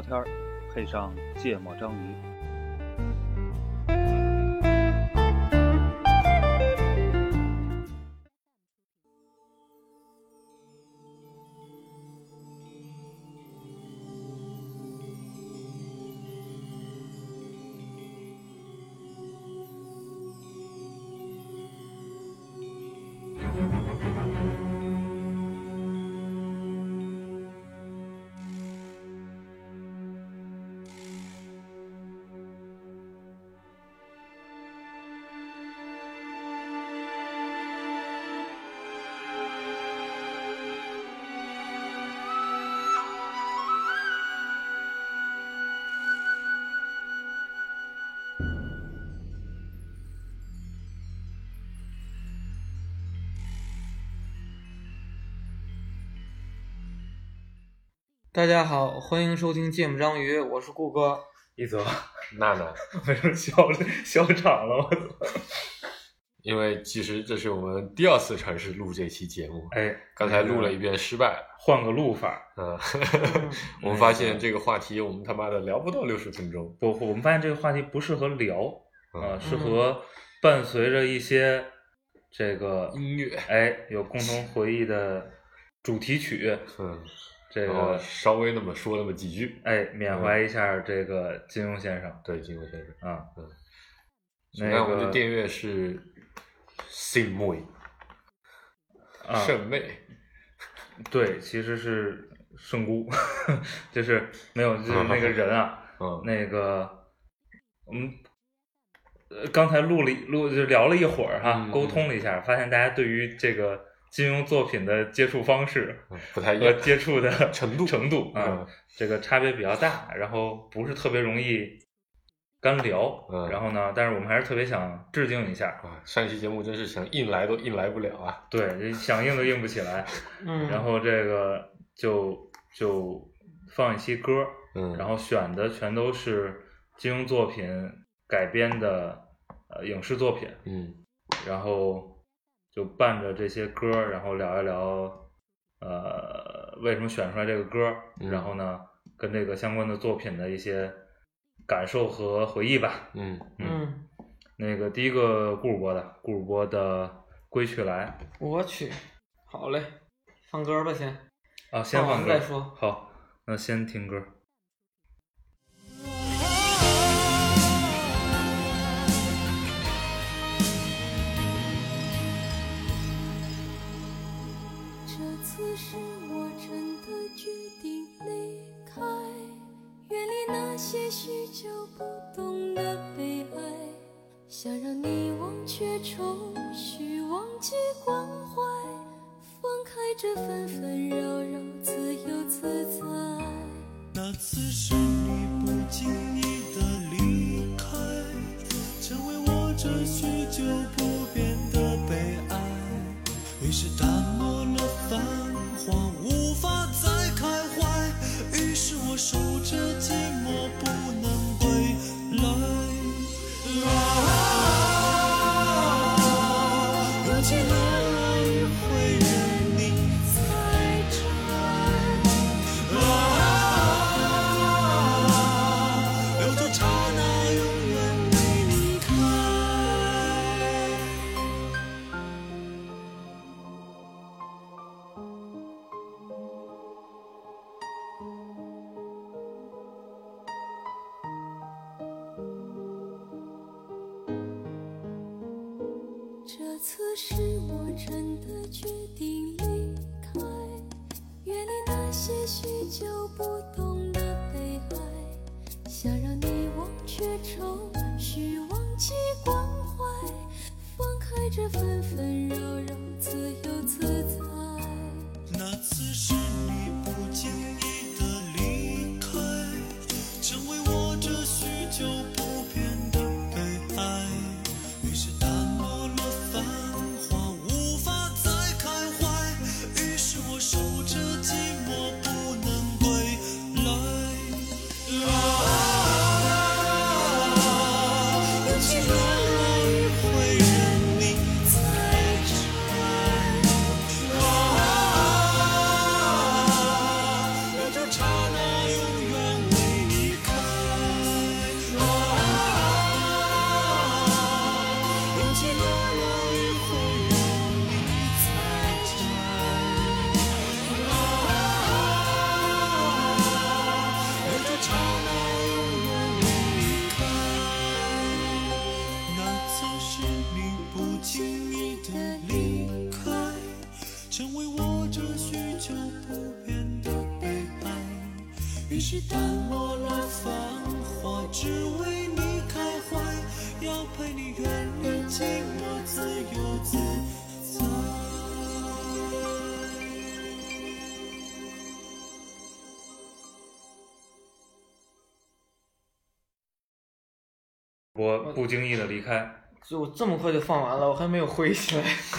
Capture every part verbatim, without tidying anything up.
天，配上芥末章鱼。 大家好，欢迎收听芥末章鱼，我是顾哥。 一泽， 娜娜， 为什么笑笑场了？我操！ 因为其实这是我们第二次尝试录这期节目， 哎， 刚才录了一遍失败了， 换个录法。 嗯，我们发现这个话题我们他妈的聊不到六十分钟。 不，我们发现这个话题不适合聊啊、 嗯， 适合伴随着一些这个音乐， 哎，有共同回忆的主题曲。 嗯。 这个稍微那么说那么几句， 哎，缅怀一下这个金庸先生。 嗯、对，金庸先生啊， 嗯。 那个、我们的电乐是圣妹， 啊， 圣妹。 对，其实是圣姑，就是没有，就是那个人啊， 嗯， 那个我们呃刚才录了录就聊了一会儿哈、 嗯， 沟通了一下，发现大家对于这个金庸作品的接触方式不太一样， 和接触的程度程度啊、 嗯， 这个差别比较大，然后不是特别容易干聊， 嗯， 然后呢，但是我们还是特别想致敬一下啊。上一期节目真是想硬来都硬来不了啊， 对，想硬都硬不起来， 嗯， 然后这个就就放一期歌， 嗯， 然后选的全都是金庸作品改编的呃影视作品， 嗯， 然后就伴着这些歌，然后聊一聊呃为什么选出来这个歌， 嗯、 然后呢跟这个相关的作品的一些感受和回忆吧。 嗯嗯，那个第一个顾主播的顾主播的《归去来》， 我去，好嘞，放歌吧先。 啊，先放歌再说。 好，那先听歌。 这次是我真的决定离开，远离那些许久不懂的悲哀，想让你忘却愁绪，忘记关怀，放开这纷纷扰扰，自由自在。 那次是你不经意的离开，成为我这许久不变的悲哀，于是淡漠了繁华，无法再开怀，于是我守着寂寞不能归来。啊，如今落雨会任你采摘，啊，留住刹那永远为你开。 这次是我真的决定离开，远离那些许久不懂的悲哀，想让你忘却愁绪，忘记关怀，放开这纷纷扰扰，自由自在。 那次是你不经意的离开，成为我这许久不变的悲哀，于是淡漠了繁华，无法再开怀，于是我守着寂寞不能归来。啊，如今落雨会任你采摘，啊，留住刹那永远为是淡漠了繁华，只为你开怀，要陪你远离寂寞，自由自在。 我不经意的离开， 就我这么快就放完了，我还没有回忆起来。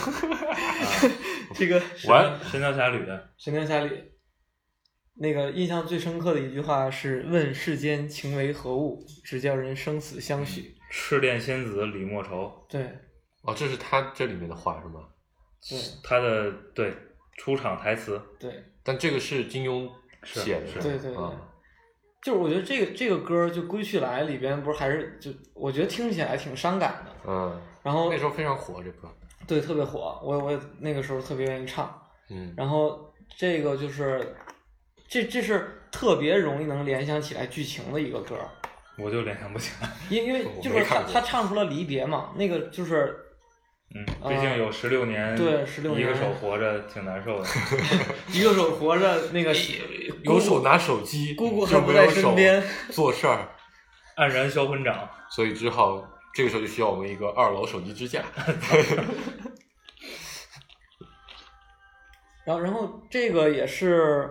这个完《神雕侠侣》 《神雕侠侣》那个印象最深刻的一句话是“问世间情为何物，只叫人生死相许。” 赤练仙子李莫愁。 对， 哦，这是他这里面的话是吗？ 对， 他的对出场台词。 对， 但这个是金庸写的， 是对对对。 啊就是我觉得这个这个歌就《归去来》里边不是还是就我觉得听起来挺伤感的， 嗯， 然后那时候非常火这歌， 对特别火，我我也那个时候特别愿意唱， 嗯， 然后这个就是这这是特别容易能联想起来剧情的一个歌， 我就联想不起来， 因因为就是他他唱出了离别嘛，那个就是嗯，毕竟有十六年， 对十六年一个手活着挺难受的， 一个手活着那个有手拿手机， 姑姑还不在身边做事儿， 黯然销魂掌， 所以只好这个时候就需要我们一个二楼手机支架。 然后然后这个也是，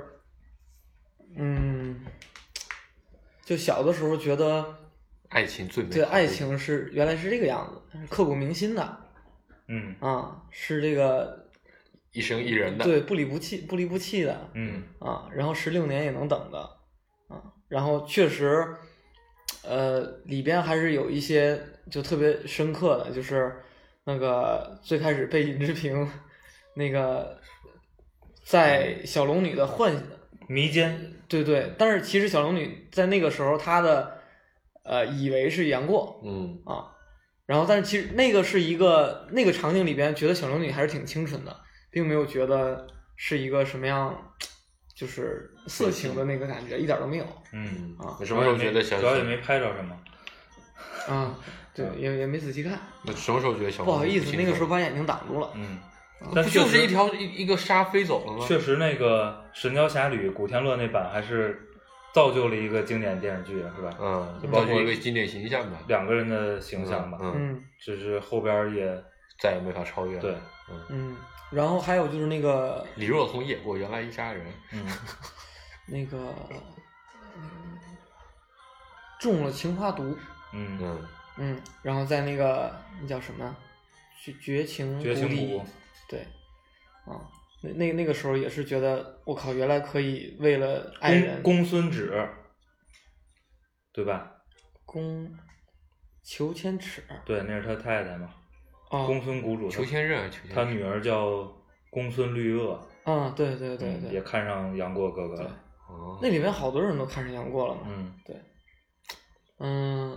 嗯，就小的时候觉得爱情最美好， 对爱情是原来是这个样子，是刻骨铭心的， 嗯啊，是这个一生一人的， 对不离不弃不离不弃的， 嗯啊，然后十六年也能等的，啊，然后确实，呃，里边还是有一些就特别深刻的，就是那个最开始被尹志平那个在小龙女的幻迷奸， 对对，但是其实小龙女在那个时候她的呃以为是杨过， 嗯啊，然后但是其实那个是一个那个场景里边觉得小龙女还是挺清纯的，并没有觉得是一个什么样就是色情的那个感觉，一点都没有嗯啊什么时候觉得小主要也没拍着什么， 啊，对，也也没仔细看， 那什么时候觉得小不好意思，那个时候把眼睛挡住了， 嗯。 啊但不就是一条一一个沙飞走了吗？ 确实，那个《神雕侠侣》古天乐那版还是造就了一个经典电视剧，是吧？ 嗯， 就包括造就一个经典形象吧， 两个人的形象吧， 嗯， 嗯只是后边也再也没法超越了。 对， 嗯， 嗯，然后还有就是那个李若彤演过《原来一家人》， 嗯， 那个、嗯、中了情花毒， 嗯嗯， 嗯，然后在那个那叫什么绝绝情绝情谷底谷， 对，啊，那那那个时候也是觉得我靠，原来可以为了爱人公公孙止，对吧？ 公裘千尺， 对，那是他太太嘛， 哦， 公孙谷主， 裘千仞，裘千仞他女儿叫公孙绿萼， 啊，对对对对， 嗯也看上杨过哥哥了， 哦， 那里面好多人都看上杨过了嘛， 嗯对，嗯，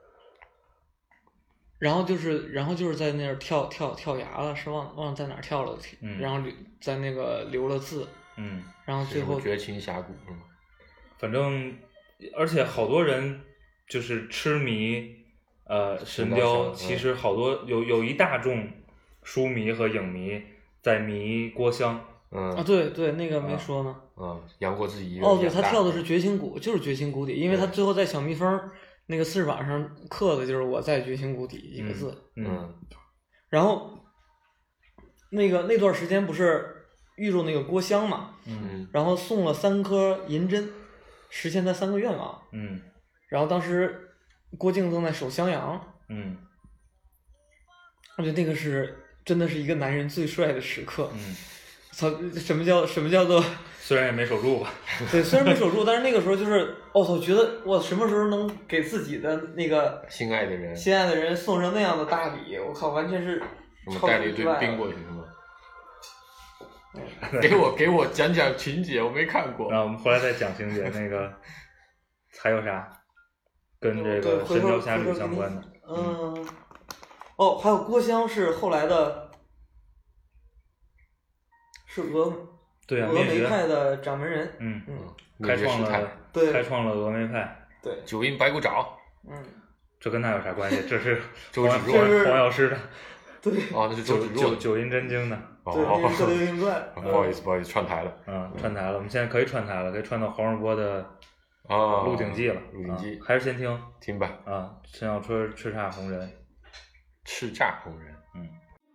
然后就是然后就是在那儿跳跳跳崖了，是忘忘了在哪儿跳了， 嗯然后留在那个留了字， 嗯， 然后最后绝情峡谷是吗？ 反正而且好多人就是痴迷呃神雕，其实好多有有一大众书迷和影迷在迷郭襄。 嗯啊，对对，那个没说呢。 嗯，杨过自己一个人哦，对，他养大跳的是绝情谷，就是绝情谷底，因为他最后在小蜜蜂那个四十板上刻的就是我在绝情谷底一个字。 嗯， 嗯然后那个那段时间不是遇着那个郭襄嘛， 嗯然后送了三颗银针，实现他三个愿望。 嗯然后当时郭靖正在守襄阳， 嗯我觉得那个是真的是一个男人最帅的时刻。 嗯， 操，什么叫什么叫做？ 虽然也没守住吧。 对，虽然没守住，但是那个时候就是，我、操，觉得我什么时候能给自己的那个心爱的人， 心爱的人送上那样的大礼？我靠，完全是我们超带了一堆出意外兵过去是吗？给我给我讲讲情节，我没看过。 然后我们后来再讲情节，那个还有啥跟这对个《 回头神雕侠侣回》头给你相关的？ 嗯，哦，还有郭襄是后来的，是峨对啊， 峨灭绝。 眉派的掌门人。 嗯， 嗯， 开创灭绝师太了对开创了峨眉派， 对， 九阴白骨爪， 嗯， 这跟他有啥关系？这是周黄芷若这是黄药师的对哦，那是周九芷若。 九九阴真经的。 对，那是《射哦， 雕英雄传》。 不好意思，不好意思，串台了。 嗯，串台了，我们现在可以串台了，可以串到黄世波的啊， 《鹿鼎记》了， 鹿鼎记啊还是先听听吧。 啊，陈小春叱咤红人， 叱咤红人， 嗯。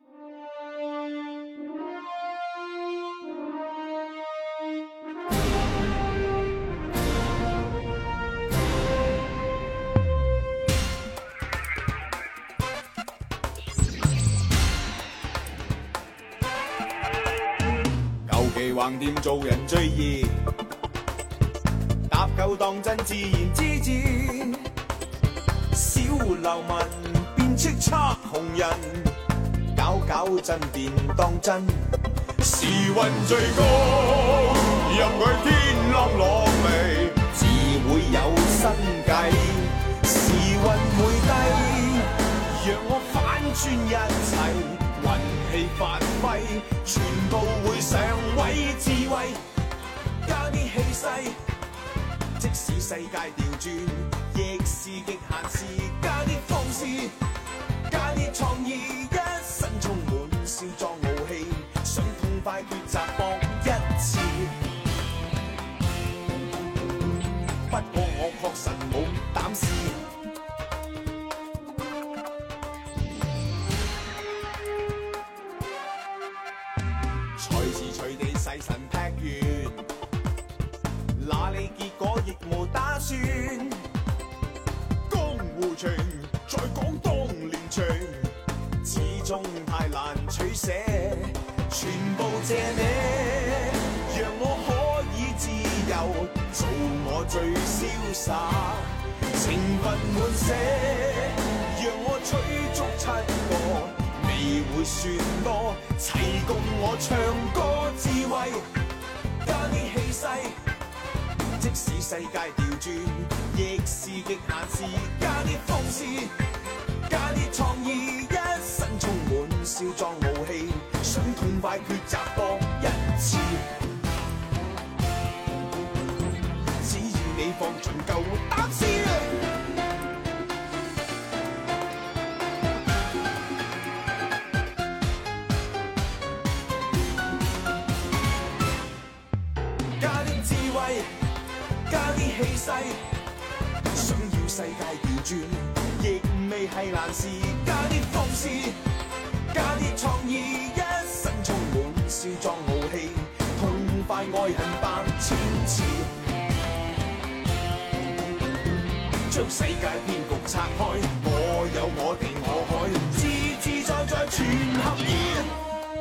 橫掂做人最易，搭夠當真自然之至。小流民變叱咤紅人，搞搞震便當真。時運最高，任佢天啷落嚟，自會有新計。時運會低，讓我反轉一切。運氣發揮，全部會上位，智慧加啲氣勢，即使世界調轉，亦是極限事。加啲放肆，加啲創意，一身充滿少壯傲氣，想痛快抉擇搏一次。不過我確實冇膽試。隨地細神劈完，那你結果亦無打算。江湖情再講當年情，始終太難取捨，全部借你，讓我可以自由做我最瀟灑，情分滿瀉，讓我取足七個。未會算多，齊共我唱歌智慧，加啲氣勢，即使世界調轉，亦是極限事。加啲放肆，加啲創意，一身充滿少壯傲氣，想痛快抉擇搏一次。只要你放盡夠膽試。加啲氣勢，想要世界調轉，亦未係難事。加啲放肆，加啲創意，一身充滿少壯傲氣，痛快愛恨百千次。將世界騙局拆開，我有我地我海，自自在在全合意。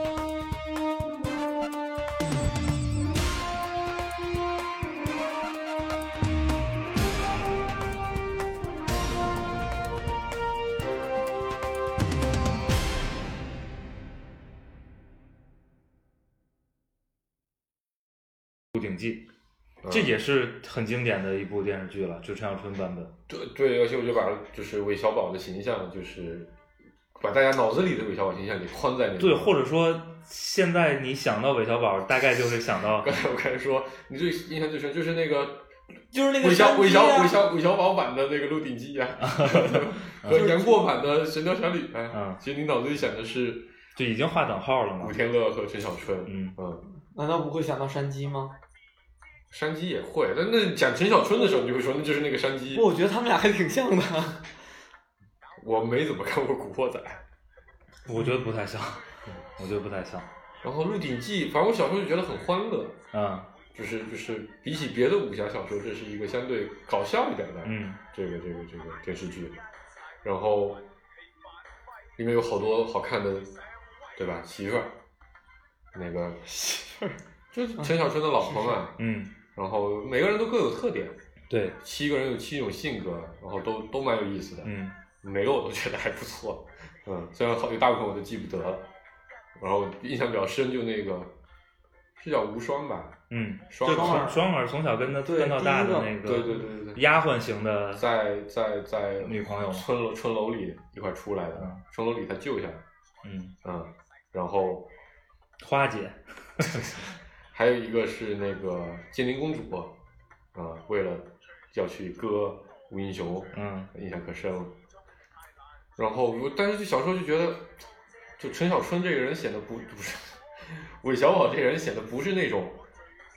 《鹿鼎记》，这也是很经典的一部电视剧了，就陈小春版本。 对对，而且我就把就是韦小宝的形象，就是把大家脑子里的韦小宝形象给框在那里。 对，或者说现在你想到韦小宝，大概就是想到刚才我开始说，你最印象最深就是那个。 就是那个韦小韦小啊韦小韦小宝版的那个《鹿鼎记》啊，和杨过版的《神雕侠侣》哎， 嗯， 其实你脑子里想的是就已经划等号了嘛。 古天乐和陈小春， 嗯嗯， 难道不会想到山鸡吗？ 山鸡也会，但那讲陈小春的时候，你就会说那就是那个山鸡。 不，我觉得他们俩还挺像的。 我没怎么看过《古惑仔》， 我觉得不太像，我觉得不太像。 然后《鹿鼎记》，反正我小时候就觉得很欢乐， 嗯， 就是就是比起别的武侠小说，这是一个相对搞笑一点的， 嗯， 这个这个这个电视剧，然后里面有好多好看的，对吧？媳妇儿，那个媳妇儿， 就是陈小春的老婆嘛， 嗯， 然后每个人都各有特点， 对， 七个人有七种性格，然后都都蛮有意思的， 嗯， 每个我都觉得还不错，嗯，虽然好有大部分我都记不得了，然后印象比较深就那个是叫无双吧， 嗯， 双儿双儿从小跟他跟到大的那个， 对对对对对， 丫鬟型的， 在在在女朋友春楼春楼里一块出来的， 嗯、 春楼里他救下来， 嗯嗯，然后花姐， 还有一个是那个金陵公主，啊、呃，为了要去割吴英雄， 嗯， 印象可深了。然后我但是就小时候就觉得，就陈小春这个人显得不不是，韦小宝这个人显得不是那种，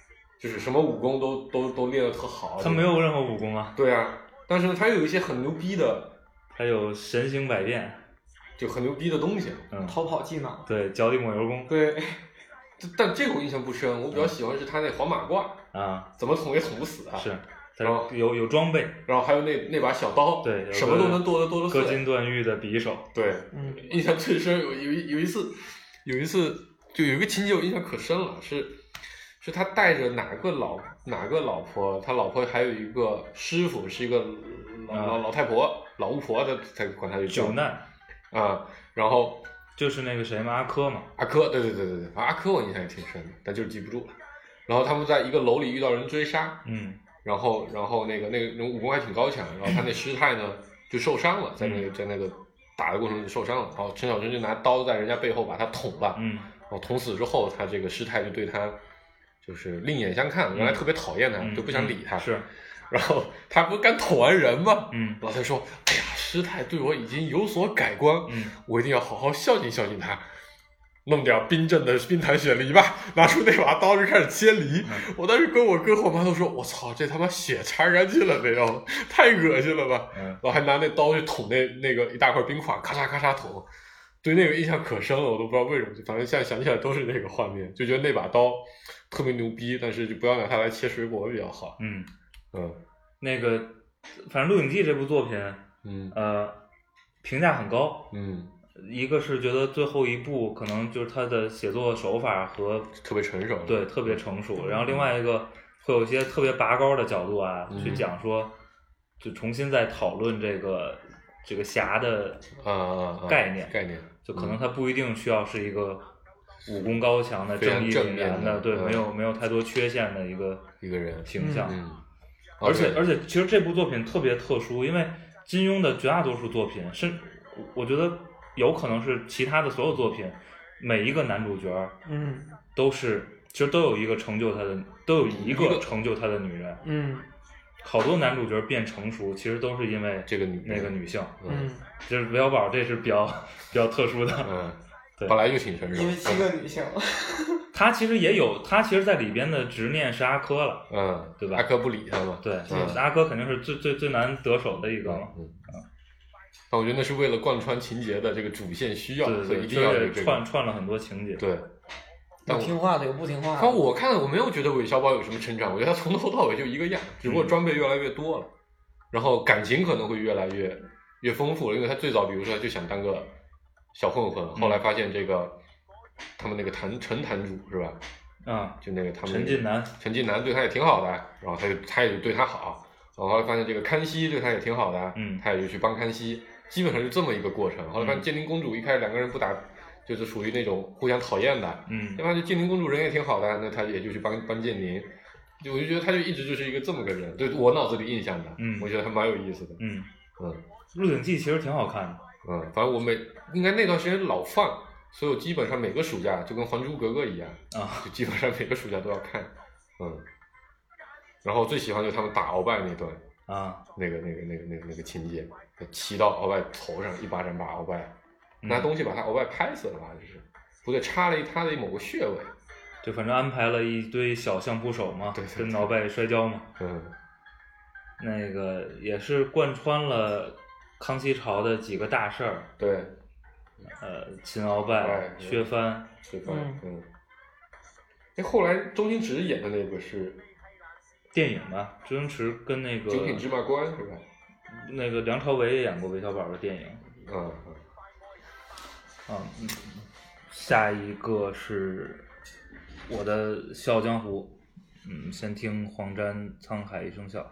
就是什么武功都都都练得特好。 他没有任何武功啊。 对啊，但是呢，他有一些很牛逼的， 还有神行百变， 就很牛逼的东西。 嗯， 逃跑技能。 对，脚底抹油功。 对， 但这个我印象不深，我比较喜欢是他那黄马褂啊， 怎么捅也捅不死啊。 是。 然后有有装备， 然后还有那那把小刀， 对， 什么都能剁得剁得碎， 割金断玉的匕首， 对， 嗯， 印象最深有有有一次，有一次就有一个情节我印象可深了，是是他带着哪个老哪个老婆，他老婆还有一个师傅是一个老、啊、老老太婆老巫婆的，才管他就叫九难啊，然后就是那个谁嘛，阿珂嘛， 阿珂，对对对对对，阿珂我印象也挺深的，但就是记不住了。然后他们在一个楼里遇到人追杀， 嗯。 然后，然后那个那个那武功还挺高强，然后他那师太呢就受伤了，在那个在那个打的过程中受伤了，然后陈小春就拿刀在人家背后把他捅了， 嗯， 然后捅死之后，他这个师太就对他就是另眼相看，原来特别讨厌他， 嗯、 就不想理他， 嗯、是， 然后他不是刚捅完人吗？ 嗯， 然后他说：“哎呀，师太对我已经有所改观， 嗯， 我一定要好好孝敬孝敬他。”弄点冰镇的冰糖雪梨吧，拿出那把刀就开始切梨。嗯、我当时跟我哥和我妈都说：“我操，这他妈血擦干净了没有？太恶心了吧！” 嗯、 然后还拿那刀去捅那那个一大块冰块，咔嚓咔嚓捅。对那个印象可深了，我都不知道为什么，反正现在想起来都是那个画面，就觉得那把刀特别牛逼，但是就不要拿它来切水果比较好。 嗯嗯， 那个反正《鹿鼎记》这部作品， 嗯呃，评价很高。 嗯。 一个是觉得最后一部可能就是他的写作手法和特别成熟， 对，特别成熟。然后另外一个会有一些特别拔高的角度啊， 嗯、 去讲说，就重新再讨论这个这个侠的啊概念、 啊啊、概念， 就可能他不一定需要是一个武功高强的、正义凛然的，对， 嗯、 没有没有太多缺陷的一个一个人形象。 嗯， 而且而且，其实这部作品特别特殊，因为金庸的绝大多数作品，甚我觉得。有可能是其他的所有作品，每一个男主角， 嗯， 都是其实都有一个成就他的，都有一个成就他的女人， 嗯， 好多男主角变成熟，其实都是因为这个女那个女性， 嗯， 就是韦小宝，这是比较比较特殊的， 嗯， 对， 本来就挺成熟， 因为七个女性， 他其实也有，他其实在里边的执念是阿珂了， 嗯， 对吧？ 阿珂不理他嘛， 对， 嗯、 阿珂肯定是最最最难得手的一个嘛， 嗯。嗯但我觉得那是为了贯穿情节的这个主线需要， 对对对， 所以一定要有这个串串了很多情节。 对， 有听话的有不听话的。 看我看我没有觉得韦小宝有什么成长，我觉得他从头到尾就一个样，只不过装备越来越多了，嗯、然后感情可能会越来越越丰富了，因为他最早比如说就想当个小混混， 嗯、 后来发现这个他们那个谭陈坛主是吧？ 啊、嗯， 就那个他们陈近南， 陈近南对他也挺好的，然后他就他也对他好，然后后来发现这个康熙对他也挺好的， 嗯， 他也就去帮康熙。基本上是这么一个过程。后来发现建宁公主一开始两个人不打，就是属于那种互相讨厌的。 嗯， 对吧？就建宁公主人也挺好的，那他也就去帮帮建宁。就我就觉得他就一直就是一个这么个人，对我脑子里印象的。 嗯， 我觉得还蛮有意思的。 嗯嗯， 《鹿鼎记》其实挺好看的。 嗯，反正我每应该那段时间老放，所以我基本上每个暑假就跟《还珠格格》一样啊， 就基本上每个暑假都要看。嗯，然后最喜欢就是他们打鳌拜那段。 啊， 那个那个那个那个那个情节，骑到鳌拜头上，一巴掌把鳌拜拿东西把他鳌拜拍死了吧？就是不对，插了一他的某个穴位， 就反正安排了一堆小相扑手嘛， 对对对跟鳌拜摔跤嘛。 嗯， 那个也是贯穿了康熙朝的几个大事儿。 对， 呃，秦鳌拜、削藩、 削藩，嗯。哎，后来周星驰演的那个是。 电影吧，周星驰跟那个九品芝麻官是吧？ 那个梁朝伟也演过韦小宝的电影。 嗯嗯。嗯，下一个是我的《笑傲江湖》。嗯，先听黄沾《沧海一声笑》。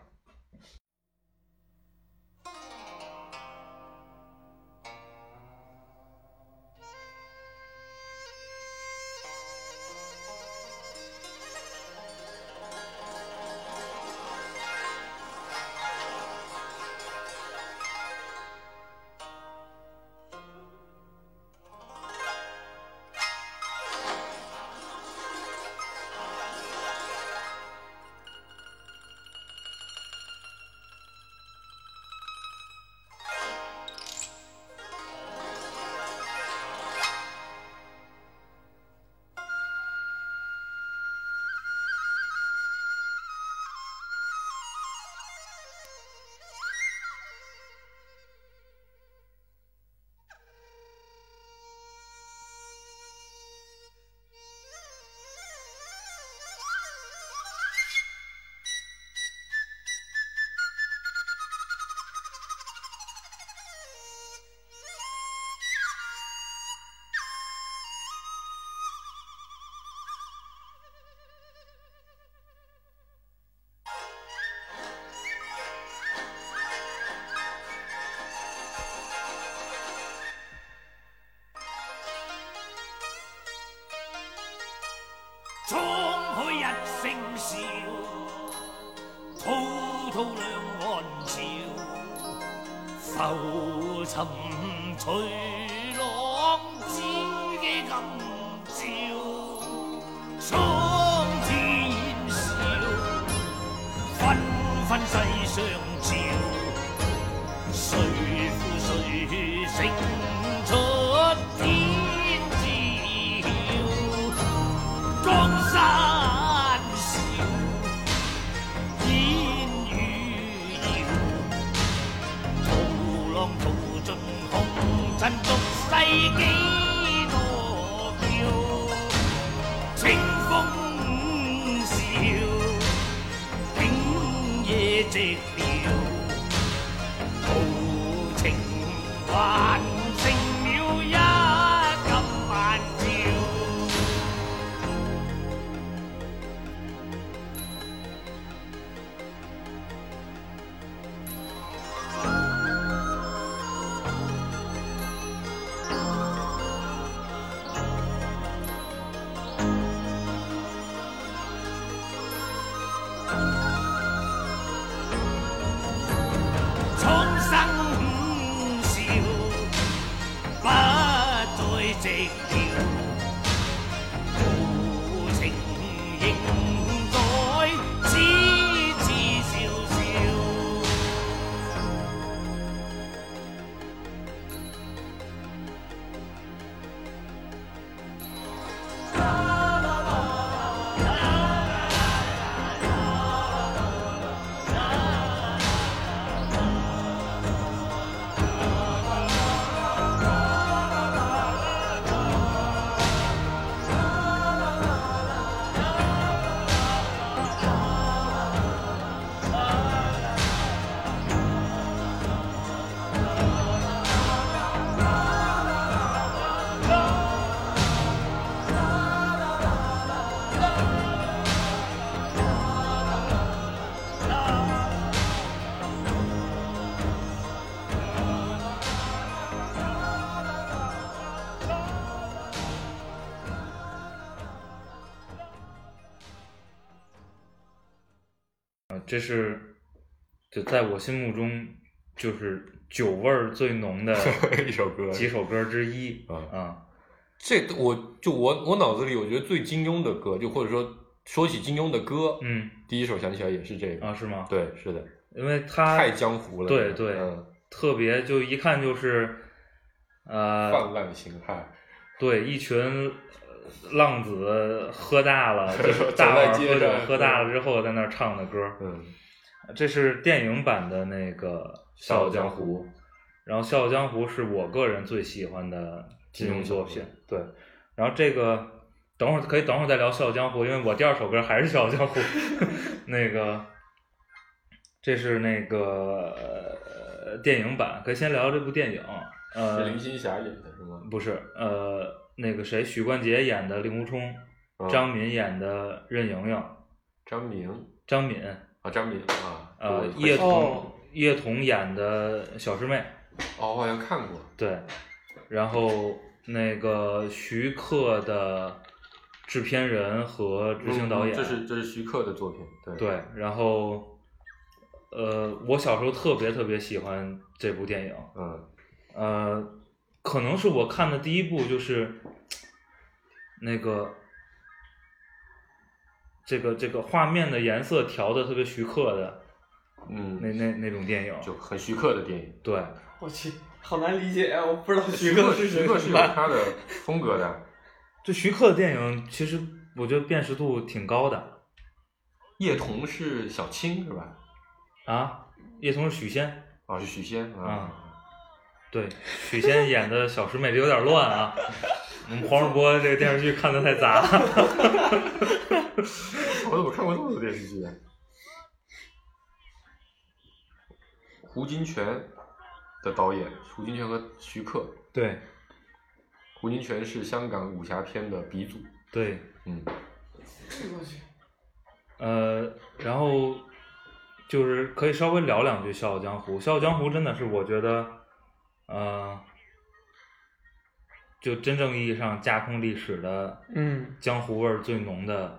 衝開一聲笑，滔滔兩岸潮，浮沉隨浪自己今朝，蒼天笑，紛紛世上潮，誰負誰勝出天知曉，江山笑，煙雨遙，淘浪淘盡紅塵俗世幾多嬌，清風笑，景野寂寥，豪情還剩了一今晚照。蒼生笑，不再寂寥，豪情仍在，痴痴笑笑。 这是就在我心目中就是酒味儿最浓的一首歌几首歌之一啊啊。 这我就我我脑子里我觉得最金庸的歌，就或者说说起金庸的歌， 嗯， 第一首想起来也是这个啊，是吗？ 对，是的， 因为他太江湖了， 对对， 嗯， 特别就一看就是呃泛滥形骸， 对，一群呃浪子喝大了，就是走大在街碗喝酒上喝大了之后在那儿唱的歌。 嗯， 这是电影版的那个《笑傲江湖》，然后《笑傲江湖》是我个人最喜欢的金庸作品。对，然后这个等会儿可以等会儿再聊《笑傲江湖》，因为我第二首歌还是《笑傲江湖》。那个，这是那个、呃、电影版，可以先聊聊这部电影。呃， 是林青霞演的是吗？ 不是，呃，那个谁，许冠杰演的令狐冲， 嗯、 张敏演的任盈盈， 张敏， 张敏啊，张敏啊， 呃， 我叶童、 哦叶童演的小师妹， 哦，我好像看过， 对，然后那个徐克的制片人和执行导演， 嗯、这是这是徐克的作品，对对，然后呃，我小时候特别特别喜欢这部电影， 嗯， 呃，可能是我看的第一部就是那个这个这个画面的颜色调的特别徐克的， 嗯， 那那那种电影， 就很徐克的电影， 对， 我去，好难理解啊！我不知道徐克是谁。 徐克是有他的风格的， 就徐克的电影，其实我觉得辨识度挺高的。 叶童是小青是吧？ 啊，叶童是许仙。 哦，是许仙啊。 啊对，许仙演的小师妹，这有点乱啊。我们黄世波这个电视剧看的太杂。 我怎么看过这么多电视剧？胡金铨的导演，胡金铨和徐克。 对。 胡金铨是香港武侠片的鼻祖。 对。 嗯。 我去。 呃，然后就是可以稍微聊两句《笑傲江湖》。《笑傲江湖》真的是我觉得，呃，就真正意义上架空历史的， 嗯， 江湖味儿最浓的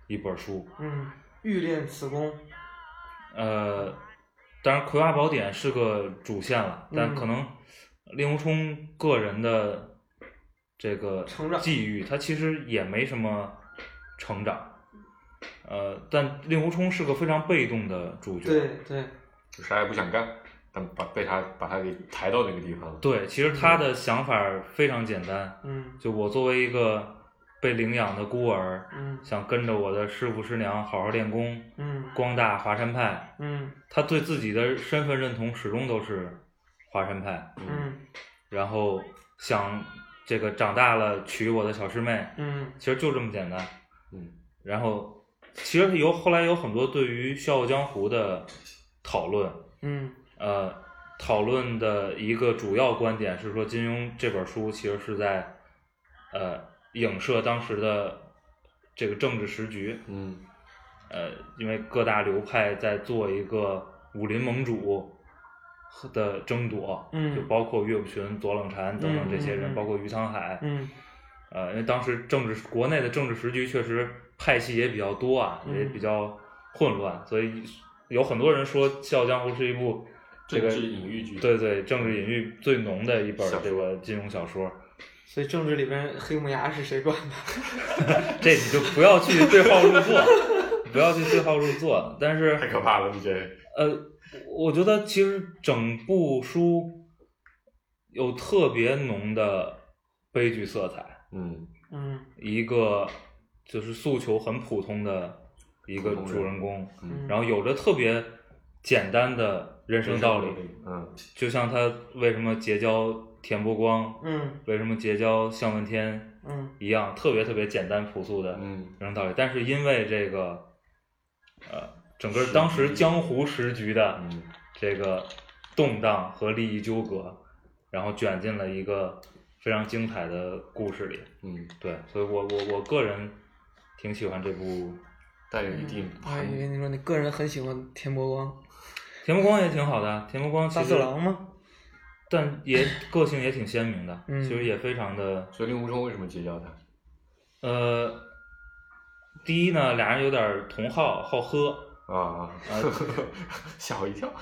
一本书。 嗯，欲练此功。 呃，当然《葵花宝典》是个主线了，但可能令狐冲个人的这个成长际遇，他其实也没什么成长。呃，但令狐冲是个非常被动的主角。 对对， 就啥也不想干，但把被他把他给抬到那个地方。 对，其实他的想法非常简单。 嗯， 就我作为一个被领养的孤儿， 嗯想跟着我的师傅师娘好好练功， 嗯光大华山派。 嗯他对自己的身份认同始终都是华山派。 嗯然后想这个长大了娶我的小师妹， 嗯其实就这么简单。 嗯， 然后其实有后来有很多对于《笑傲江湖》的讨论， 嗯呃，讨论的一个主要观点是说，金庸这本书其实是在呃影射当时的这个政治时局。 嗯呃，因为各大流派在做一个武林盟主的争夺， 嗯就包括岳不群、左冷禅等等这些人， 嗯嗯嗯包括于沧海。 嗯呃，因为当时政治国内的政治时局确实派系也比较多啊， 嗯也比较混乱，所以有很多人说《笑傲江湖》是一部这个政治隐喻剧。 对对政治隐喻最浓的一本小说这个金庸小说。 所以政治里边黑木崖是谁管的？ 这你就不要去对号入座，不要去对号入座。但是太可怕了，你这。 呃，我觉得其实整部书有特别浓的悲剧色彩。 嗯嗯一个就是诉求很普通的一个主人公， 嗯然后有着特别简单的人生道理。 嗯就像他为什么结交田伯光， 嗯为什么结交向问天嗯一样，特别特别简单朴素的嗯人生道理。但是因为这个呃整个当时江湖时局的嗯这个动荡和利益纠葛，然后卷进了一个非常精彩的故事里。 嗯， 对，所以我我我个人挺喜欢这部。 带有一定我还以为你说你个人很喜欢田伯光、 田伯光也挺好的，田伯光其大实色狼吗？ 但也个性也挺鲜明的， 嗯其实也非常的所以令狐冲为什么结交他？ 呃，第一呢，俩人有点同好，好喝。 啊， 啊吓我一跳。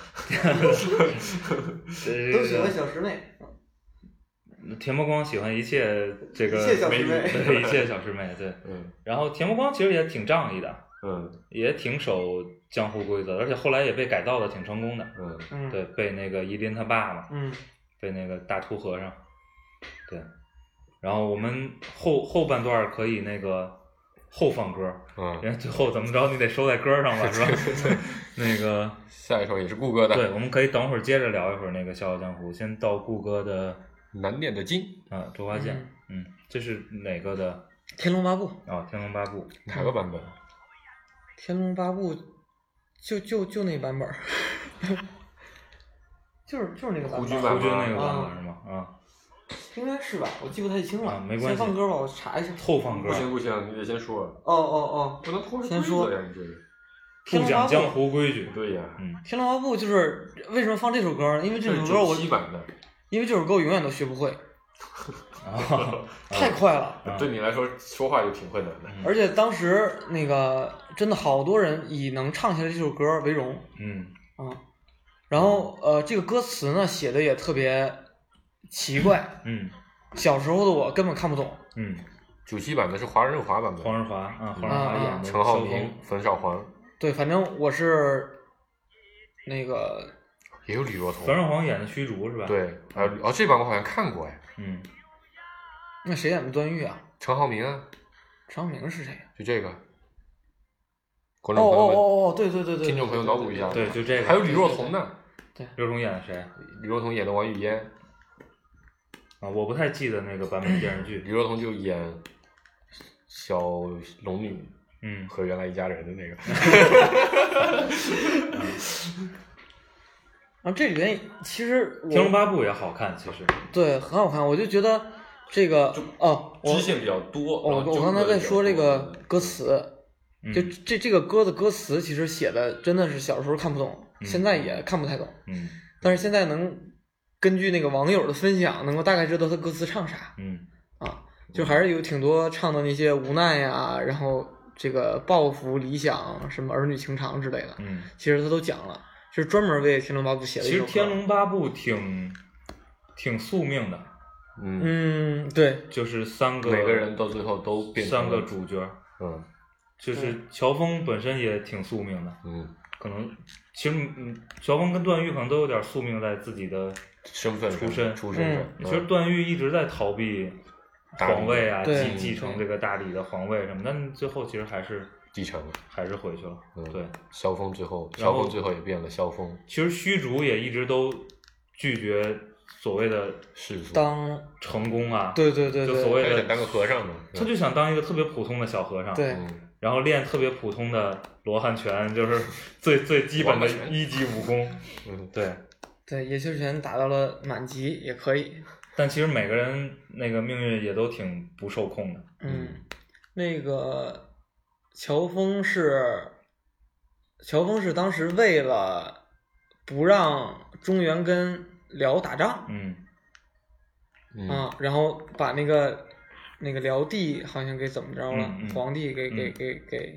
呃都喜欢小师妹。 田伯光喜欢一切这个一切小师妹对一切小师妹，对。 嗯然后田伯光其实也挺仗义的， 嗯也挺守江湖规则的，而且后来也被改造的挺成功的。 嗯嗯对，被那个夷陵他爸嘛， 嗯被那个大秃和尚，对。然后我们后后半段可以那个后放歌， 嗯， 因为最后怎么着你得收在歌上吧，是吧？那个下一首也是顾哥的。 对，我们可以等会儿接着聊一会儿那个《笑傲江湖》，先到顾哥的难念的经， 啊《周华健》，嗯，这是哪个的？ 《天龙八部》。 啊，《天龙八部》 哪个版本？ 《天龙八部》就就就那版本儿，就是就是那个版本儿。 胡军版胡军那个版啊本是吗？啊， 应该是吧？我记不太清了。 啊没关系先放歌吧，我查一下。 后放歌不，行不行，你得先说， 哦哦哦， 不能偷着先说规则呀，你这个。 不讲江湖规矩。 对呀， 嗯， 《天龙八部》就是为什么放这首歌呢？因为这首歌我九七版的， 因为这首歌我永远都学不会， 啊， 太快了。 啊对你来说说话就挺困难的。 嗯而且当时那个真的好多人以能唱下来这首歌为荣嗯啊。然后呃，这个歌词呢写的也特别奇怪， 嗯小时候的我根本看不懂。 嗯， 九七版的是华润华版本， 黄日华啊，黄日华演的陈浩民萧峰、 冯绍黄， 对，反正我是那个也有李若彤冯。绍黄演的虚竹是吧？， 对，还有哦，这版我好像看过哎， 嗯， 那谁演的段誉啊？ 陈浩民啊， 陈浩民是谁呀？ 就这个。观哦众朋友们， 哦哦哦，对对对对， 听众朋友脑补一下， 对，就这个。 还有李若彤呢， 刘荣演的谁李若彤演的王语嫣， 啊？我不太记得那个版本电视剧李。若彤就演小龙女嗯和原来一家人的那个。 然后这里边其实 《 我天龙八部》也好看，其实。 对很好看，我就觉得这个哦，我支线比较多。 我然后我刚才在说这个歌词， 嗯就这这个歌的歌词其实写的真的是小时候看不懂， 嗯现在也看不太懂， 嗯但是现在能根据那个网友的分享，能够大概知道他歌词唱啥嗯啊，就还是有挺多唱的那些无奈呀，然后这个抱负、理想、什么儿女情长之类的， 嗯， 其实他都讲了，是专门为《天龙八部》写的一首歌。 其实《天龙八部》挺挺宿命的， 嗯嗯，对， 就是三个每个人到最后都变成三个主角， 嗯， 就是乔峰本身也挺宿命的， 嗯， 可能其实嗯，乔峰跟段誉可能都有点宿命在自己的身份出身出身上。 其实段誉一直在逃避皇位啊， 对继继承这个大理的皇位什么，但最后其实还是继承了， 还是回去了。 嗯、 对， 萧峰最后， 然后萧峰最后也变了萧峰。 其实虚竹也一直都拒绝所谓的世俗当成功啊， 对对对对， 就所谓的他想当个和尚呢， 他就想当一个特别普通的小和尚， 对， 嗯， 然后练特别普通的罗汉拳，就是最最基本的一级武功。 嗯， 对。 对，叶秋拳达到了满级也可以。 但其实每个人那个命运也都挺不受控的。 嗯，那个乔峰是乔峰是当时为了不让中原跟辽打仗， 嗯嗯啊，然后把那个那个辽帝好像给怎么着了， 嗯嗯皇帝给给嗯给给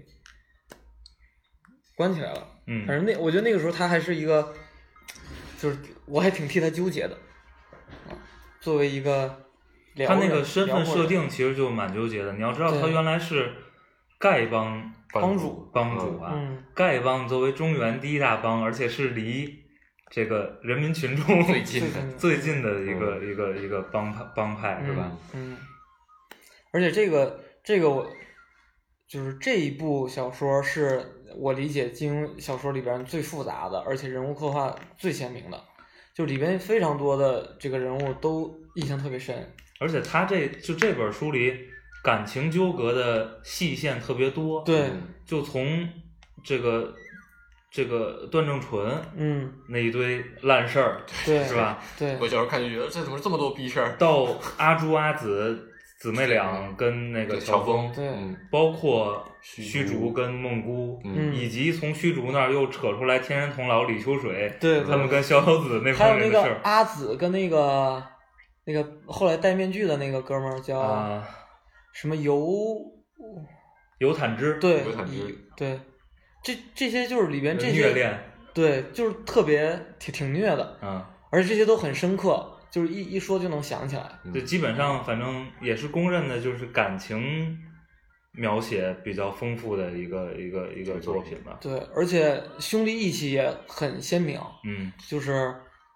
关起来了。 嗯， 反正那我觉得那个时候他还是一个，就是我还挺替他纠结的，啊，作为一个辽人他那个身份设辽定其实就蛮纠结的。你要知道， 对他原来是丐帮帮主帮主啊， 嗯丐帮作为中原第一大帮，而且是离这个人民群众最近的最近的一个、一个一个帮派帮派是吧？ 嗯？嗯，而且这个这个我就是这一部小说是我理解金庸小说里边最复杂的，而且人物刻画最鲜明的，就里边非常多的这个人物都印象特别深。 而且他这就这本书里感情纠葛的细线特别多， 对， 就从这个这个段正淳嗯， 那一堆烂事儿， 对， 是吧？ 对我，小时候看就觉得这怎么这么多逼事儿？ 到阿朱阿紫姊妹俩跟那个对乔乔峰， 对嗯包括虚虚竹竹跟孟姑， 嗯以及从虚竹那儿又扯出来天山童姥、李秋水， 对， 他们跟逍遥子那还有那个帮人的事儿阿紫跟那个那个后来戴面具的那个哥们儿叫啊， 什么尤， 尤坦之对尤坦之以对，这这些就是里边这些虐恋， 对，就是特别挺挺虐的， 啊， 而且这些都很深刻，就是一一说就能想起来。 就基本上反正也是公认的，就是感情描写比较丰富的一个一个一个作品吧。 对，而且兄弟义气也很鲜明， 嗯就是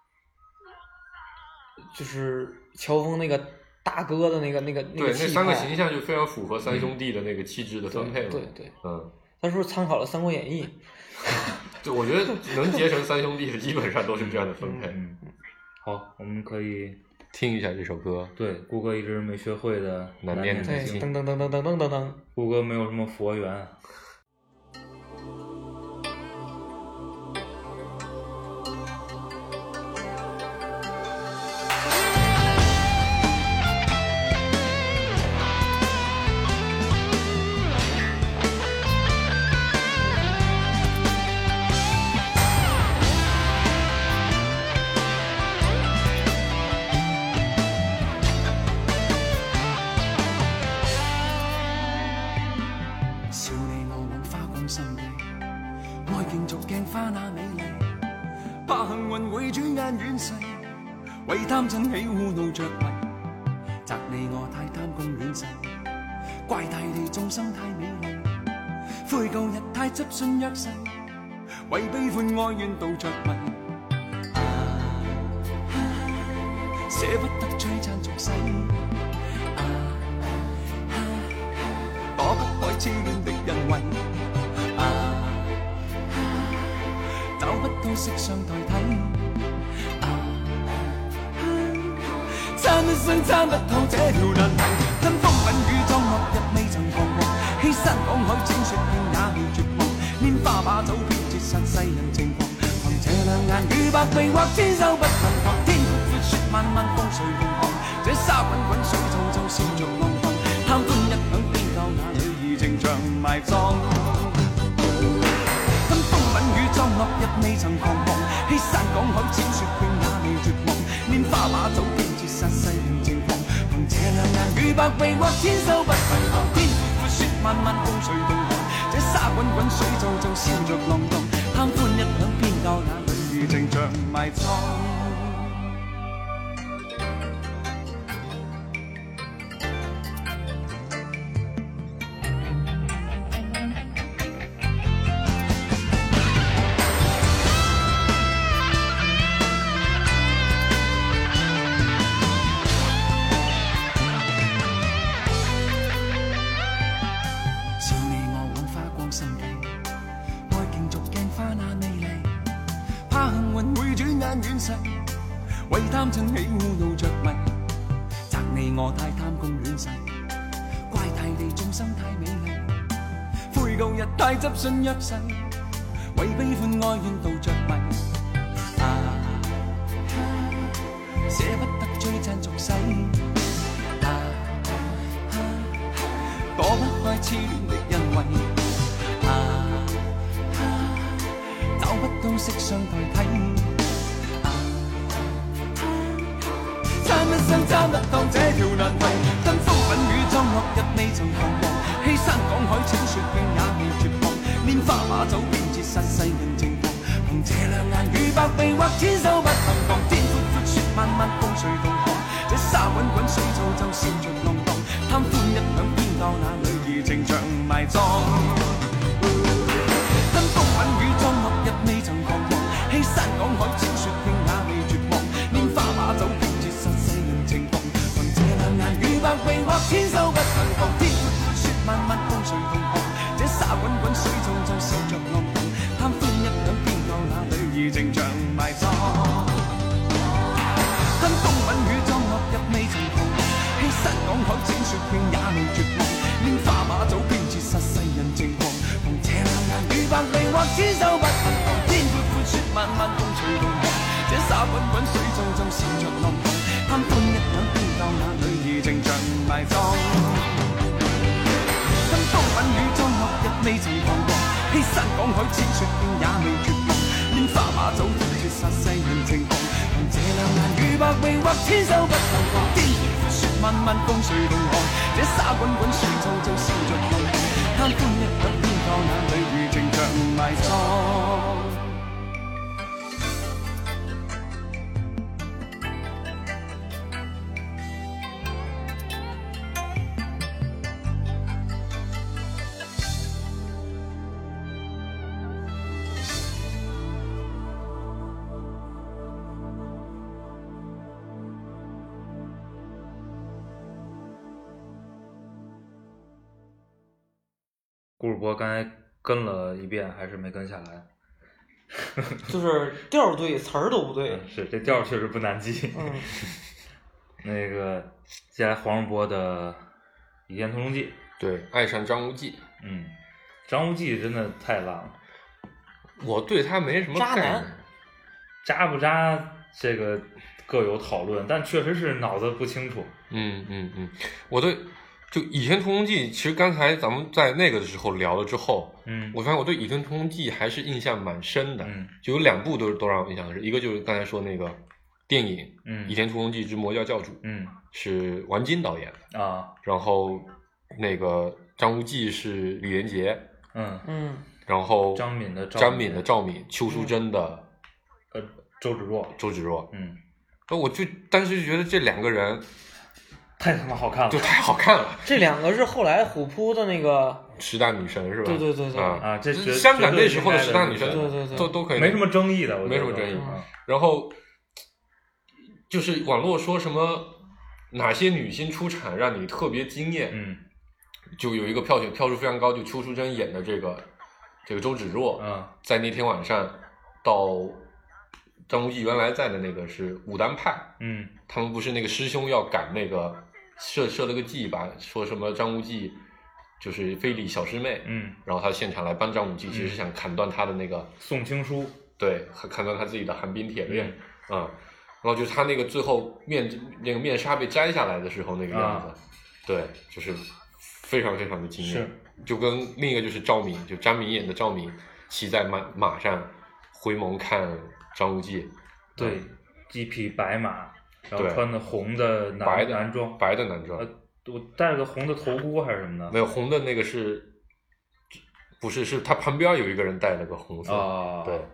就是乔峰那个大哥的那个那个那对，那个气三个派形象就非常符合三兄弟的那个气质的分配嘛。 对对， 嗯， 他是不是参考了《三国演义》？ 就我觉得能结成三兄弟的，基本上都是这样的分配。 嗯，好，我们可以听一下这首歌， 对顾哥一直没学会的难念念对， 的经噔噔噔噔噔噔噔噔。 顾哥没有什么佛缘。 笑你我枉花光心地，愛競逐鏡花那美麗，怕幸運會轉眼遠逝，為貪嗔喜惡怒着迷，責你我太貪功戀勢，怪大地眾生太美麗，悔舊日太執信約誓，為悲歡哀怨妒着迷，啊啊捨不得璀璨俗世。躲不開痴戀的人為，啊，找不到色相代替，啊，參一生參不透這條難題，吞風品雨裝落日未曾彷徨，欺山趕海踐雪徑也未絕望，拈花把酒偏折殺世人情狂，憑這兩眼與百臂或千手不能防，天闊闊雪漫漫風隨浪蕩，這沙滾滾水皺皺笑着浪蕩，貪歡一晌偏教那女兒情長埋葬。吞風吻雨裝落日未曾彷徨，欺山趕海踐雪徑也未絕望，拈花把酒偏折殺世人情狂，憑這兩眼與百臂或千手不能防，天闊闊雪漫漫風隨浪蕩。 滾滾水皱就笑着浪蕩，貪歡一晌偏教那裏如情像埋葬。為貪嗔喜惡怒着迷，責你我太貪功戀勢，怪態地眾生太美麗，悔舊日太執信約誓，為悲歡哀怨妒着迷。啊，捨不得璀璨俗世，啊，躲不開痴戀的恩惠，啊，找不到色相代替。參一生參一趟這條難題，跟風品與裝落日未曾彷徨，欺山趕海請說徑也未絕望，拈花把酒便折殺世人情狂，憑這兩眼與百臂或千手不能防，天闊闊雪漫漫風隨同航，這沙滾滾水皺皺笑着浪蕩，貪歡一晌偏教那裏怡情像埋葬。跟風品與裝落日未曾彷徨，欺山趕海請說徑也未絕望，拈花把酒百臂或千手不能防，天闊闊雪漫漫風隨同航，這沙滾滾水皺皺笑着浪蕩，貪歡一晌偏教那裏怡情像埋葬。跟風品與裝落日未曾彷徨，欺山趕海請說徑也未絕望，拈花把酒偏折殺世人情狂，憑這兩眼與百臂或千手不能防，天闊闊雪漫漫風隨同航，這沙滾滾水皺皺笑着浪蕩，貪歡一晌偏教那裏怡情像埋葬。跟風品與裝落日未曾彷徨，欺山趕海千說徑也未絕望，拈花把酒斷絕殺世人情狂，憑這兩眼與百臂或千手不能防，天闊闊雪漫漫風隨同航，這沙滾滾水皺皺笑着浪蕩，貪歡一晌偏教那裏怡情像埋葬。 顾主播刚才跟了一遍，还是没跟下来。 就是调对，词儿都不对。 嗯、是这调确实不难记。 嗯。 那个，接下来黄世波的《倚天屠龙记》。 对，爱上张无忌。 嗯，张无忌真的太烂了。 我对他没什么概念。 渣不渣？这个各有讨论，但确实是脑子不清楚。 嗯嗯嗯，我对。就《倚天屠龙记》，其实刚才咱们在那个的时候聊了之后， 嗯， 我发现我对《倚天屠龙记》还是印象蛮深的， 嗯， 就有两部都都让我印象深，一个就是刚才说那个电影， 嗯， 《倚天屠龙记之魔教教主》， 嗯， 是王晶导演的啊， 然后那个张无忌是李连杰， 嗯嗯， 然后张敏的张敏的赵敏，邱淑贞的， 呃，周芷若， 周芷若， 嗯， 那我就当时就觉得这两个人。 太他妈好看了， 就太好看了。 这两个是后来虎扑的那个十大女神是吧？ 对对对对啊啊！这香港那时候的十大女神， 对对对， 都都可以， 没什么争议的，我没什么争议。 嗯、 然后就是网络说什么哪些女星出场让你特别惊艳， 嗯， 就有一个票选票数非常高，就邱淑贞演的这个这个周芷若， 嗯， 在那天晚上到张无忌原来在的那个是武当派， 嗯， 他们不是那个师兄要赶那个。设设了个计吧，说什么张无忌就是非礼小师妹， 嗯， 然后他现场来帮张无忌， 嗯、 其实是想砍断他的那个宋青书， 对，砍断他自己的寒冰铁链， 嗯， 嗯，然后就是他那个最后面那个面纱被摘下来的时候那个样子，啊、对，就是非常非常的惊艳，就跟另一个就是赵敏，就张敏演的赵敏骑在马马上回眸看张无忌， 对， 嗯、 一匹白马。然后穿的红的男白的男装， 白的男装， 呃，我戴了个红的头箍还是什么的？ 没有，红的那个是不是，是他旁边有一个人戴了个红色， 哦、 对，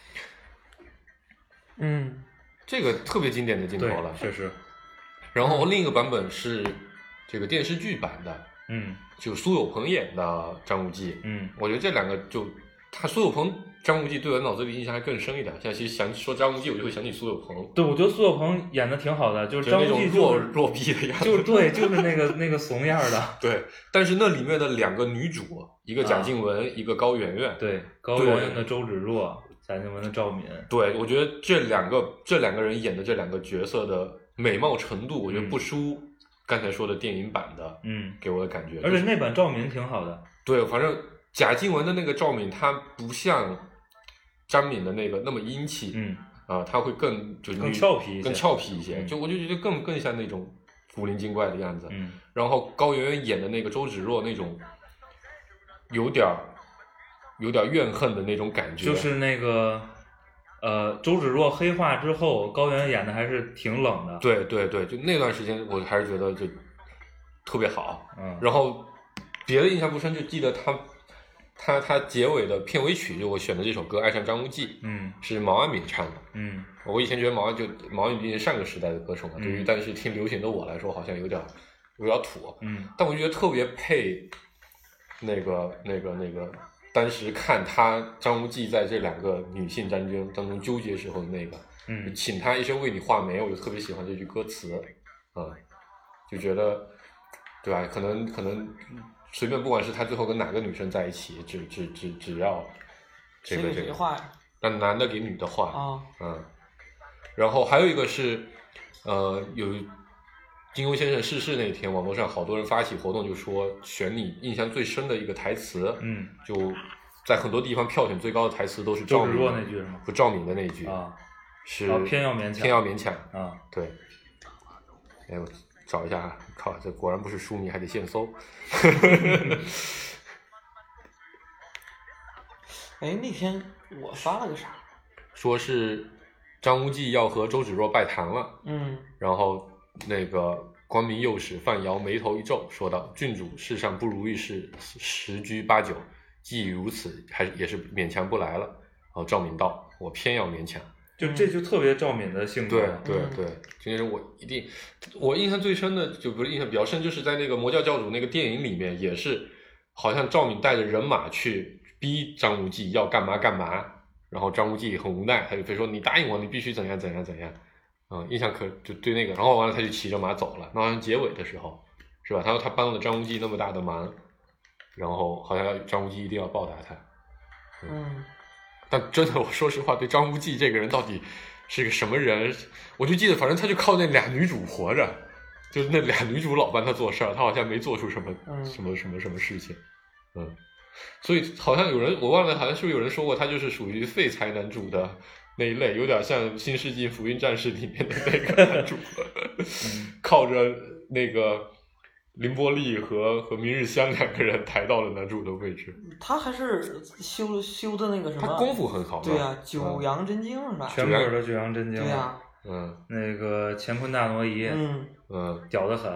嗯， 这个特别经典的镜头了， 确实。 然后另一个版本是这个电视剧版的， 嗯， 就苏有朋演的张无忌， 嗯， 我觉得这两个就他苏有朋张无忌对我脑子里印象还更深一点。现在其实想说张无忌，我就会想起苏有朋。 对，我觉得苏有朋演的挺好的，就是张无忌弱弱逼的样子， 就对，就是那个那个怂样的。 对，但是那里面的两个女主，一个贾静雯，啊、一个高圆圆。 对，高圆圆的周芷若，贾静雯的赵敏。 对，我觉得这两个这两个人演的这两个角色的美貌程度，我觉得不输刚才说的电影版的， 嗯， 给我的感觉。 而且那版赵敏挺好的。 对，反正贾静雯的那个赵敏，她不像张敏的那个那么英气， 嗯啊，她会更就更俏皮一些， 更俏皮一些， 嗯、 就我就觉得更更像那种古灵精怪的样子。 嗯， 然后高圆圆演的那个周芷若那种有点有点怨恨的那种感觉， 就是那个呃，周芷若黑化之后，高圆圆演的还是挺冷的。 对对对，就那段时间我还是觉得就特别好。 嗯， 然后别的印象不深，就记得他。他他结尾的片尾曲就我选的这首歌《爱上张无忌》， 嗯， 是毛阿敏唱的。 嗯， 我以前觉得毛阿就毛阿敏毕竟上个时代的歌手嘛， 嗯、 对于但是听流行的我来说好像有点有点土。 嗯， 但我觉得特别配那个那个那个当时看他张无忌在这两个女性战争当中纠结时候的那个， 嗯， 请他一生为你画眉，我就特别喜欢这句歌词，啊、嗯，就觉得对吧？可能可能。随便，不管是他最后跟哪个女生在一起，只只只只要这个这个，让男的给女的画啊， 嗯，然后还有一个是，呃，有金庸先生逝世那天，网络上好多人发起活动，就说选你印象最深的一个台词， 嗯， 就在很多地方票选最高的台词都是周芷若那句是吗？ 不，赵敏的那句啊， 是、 哦、偏要勉强， 偏要勉强啊， 对，哎我。找一下，靠，这果然不是书迷，还得现搜。 哎，那天我发了个啥？ 说是张无忌要和周芷若拜堂了。 嗯。 然后那个光明右使范瑶眉头一皱，说道：“郡主世上不如意事十居八九，既如此，还也是勉强不来了。”然后赵敏道：“我偏要勉强。” 就这就特别赵敏的性格， 对对对，今天我一定，我印象最深的就不是印象比较深，就是在那个魔教教主那个电影里面，也是好像赵敏带着人马去逼张无忌要干嘛干嘛，然后张无忌很无奈，他就非说你答应我，你必须怎样怎样怎样，啊、嗯，印象可就对那个，然后完了他就骑着马走了，那好像结尾的时候是吧？他说他帮了张无忌那么大的忙，然后好像张无忌一定要报答他，嗯。 嗯， 但真的，我说实话，对张无忌这个人到底是个什么人，我就记得，反正他就靠那俩女主活着，就是那俩女主老帮他做事儿，他好像没做出什么、 嗯、 什么什么什么事情，嗯，所以好像有人我忘了，好像是不是有人说过，他就是属于废柴男主的那一类，有点像《新世纪福音战士》里面的那个男主，嗯、靠着那个。凌波丽和和明日香两个人抬到了男主的位置。 他还是修修的那个什么？ 他功夫很好。 对呀、啊，九阳真经是吧？ 全本的九阳真经。 对呀、啊。 嗯。 那个乾坤大挪移。 嗯。 嗯。 屌得很。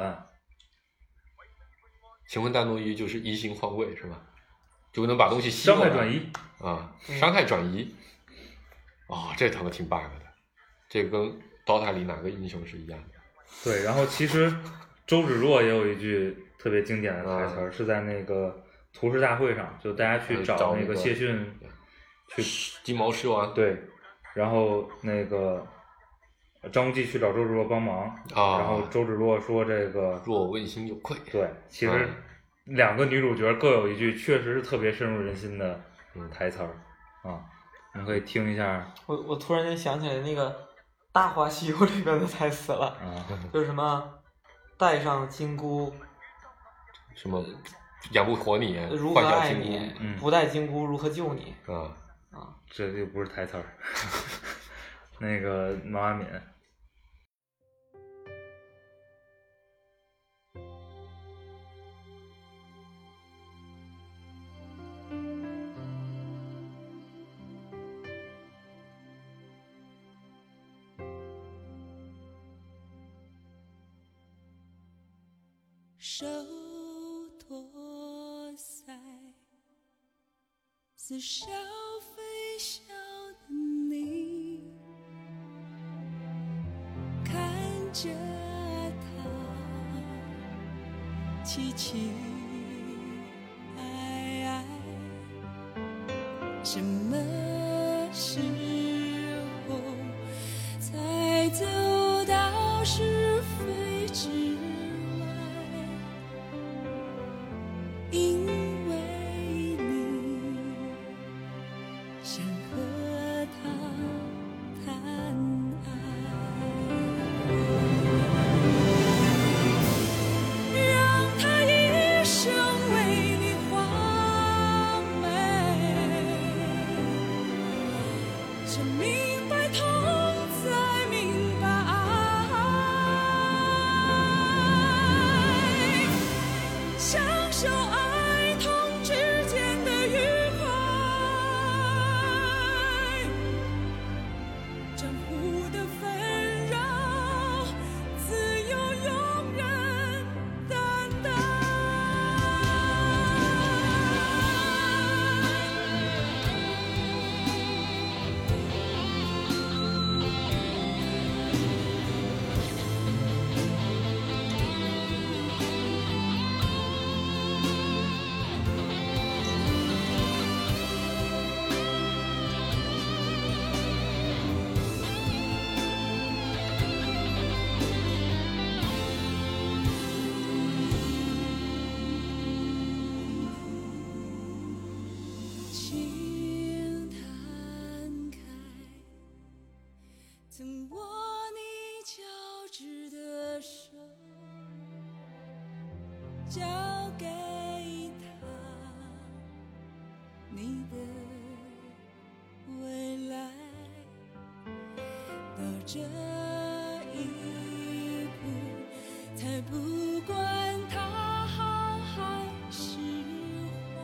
乾坤大挪移就是移形换位是吧？就能把东西吸伤害转移。 啊，伤害转移。啊、哦，这他妈挺 bug 的，这跟 DOTA 里哪个英雄是一样的？ 对，然后其实。周芷若也有一句特别经典的台词、嗯，是在那个屠世大会上，就大家去找那个谢逊、那个、 去金毛狮王。 对，然后那个张无忌去找周芷若帮忙， 啊、 然后周芷若说这个若问心有愧。 对，其实两个女主角各有一句确实是特别深入人心的台词儿、嗯、啊，我们可以听一下。 我我突然间想起来那个《大话西游》里边的台词了， 啊， 就是什么。带上金箍， 什么养不活你， 如何爱你？ 嗯、 不带金箍如何救你？ 啊啊， 这又不是台词儿。那个毛阿敏。 手托腮， 似笑非笑的你，看着他凄凄爱爱，什么时候才走到是非之外？因为你想和他谈爱，让他一生为你画眉，是明白痛才明白爱，享受爱痛之间的愉快，江湖的纷扰，自由永远担待。请摊开曾握你交织的手，交给他你的未来，到这一步才不管他好还是坏，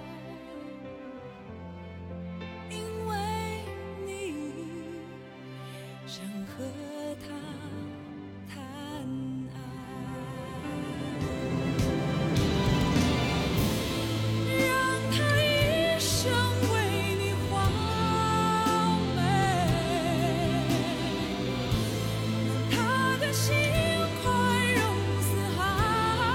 因为你想和他谈爱，让他一生为你画眉，让他的心宽容似海，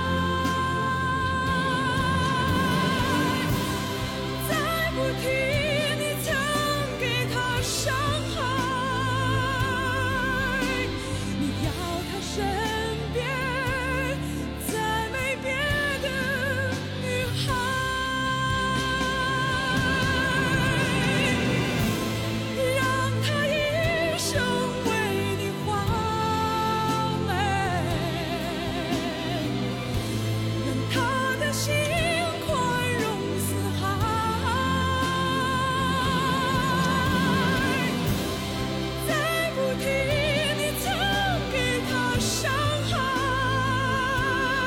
再不提你曾给他伤害，你要他身边再没别的女孩，让他一生为你画眉，让他的心宽容似海，再不提你曾给他伤害，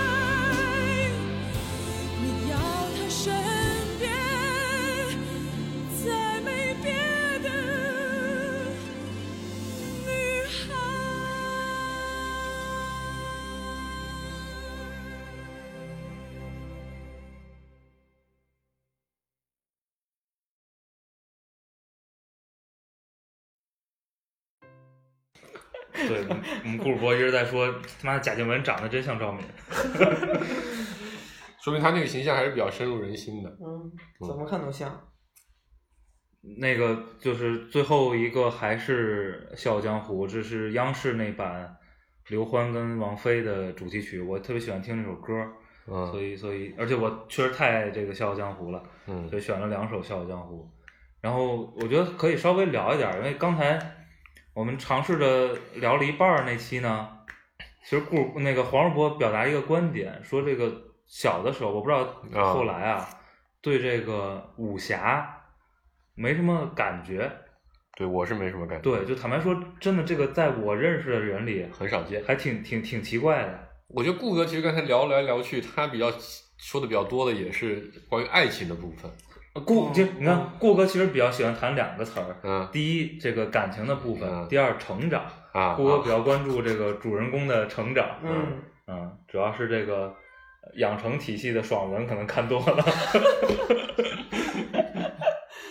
你要他身边再没别的女孩。 对，我们我们顾主播一直在说，他妈贾静雯长得真像赵敏。 说明他那个形象还是比较深入人心的。 嗯，怎么看都像。 那个就是最后一个还是《笑傲江湖》，这是央视那版刘欢跟王菲的主题曲，我特别喜欢听这首歌， 嗯， 所以所以而且我确实太爱这个《笑傲江湖》了， 嗯， 所以选了两首《笑傲江湖》。然后我觉得可以稍微聊一点，因为刚才我们尝试着聊了一半儿那期呢，其实顾那个黄世博表达一个观点，说这个小的时候，我不知道后来啊，对这个武侠没什么感觉。 对，我是没什么感觉。 对，就坦白说，真的这个在我认识的人里很少见， 还挺挺挺奇怪的。 我觉得顾哥其实刚才聊来聊去，他比较说的比较多的也是关于爱情的部分。 顾就你看，顾哥其实比较喜欢谈两个词儿， 嗯， 第一这个感情的部分， 嗯、 第二成长。 啊， 顾哥比较关注这个主人公的成长， 嗯嗯，主要是这个养成体系的爽文可能看多了。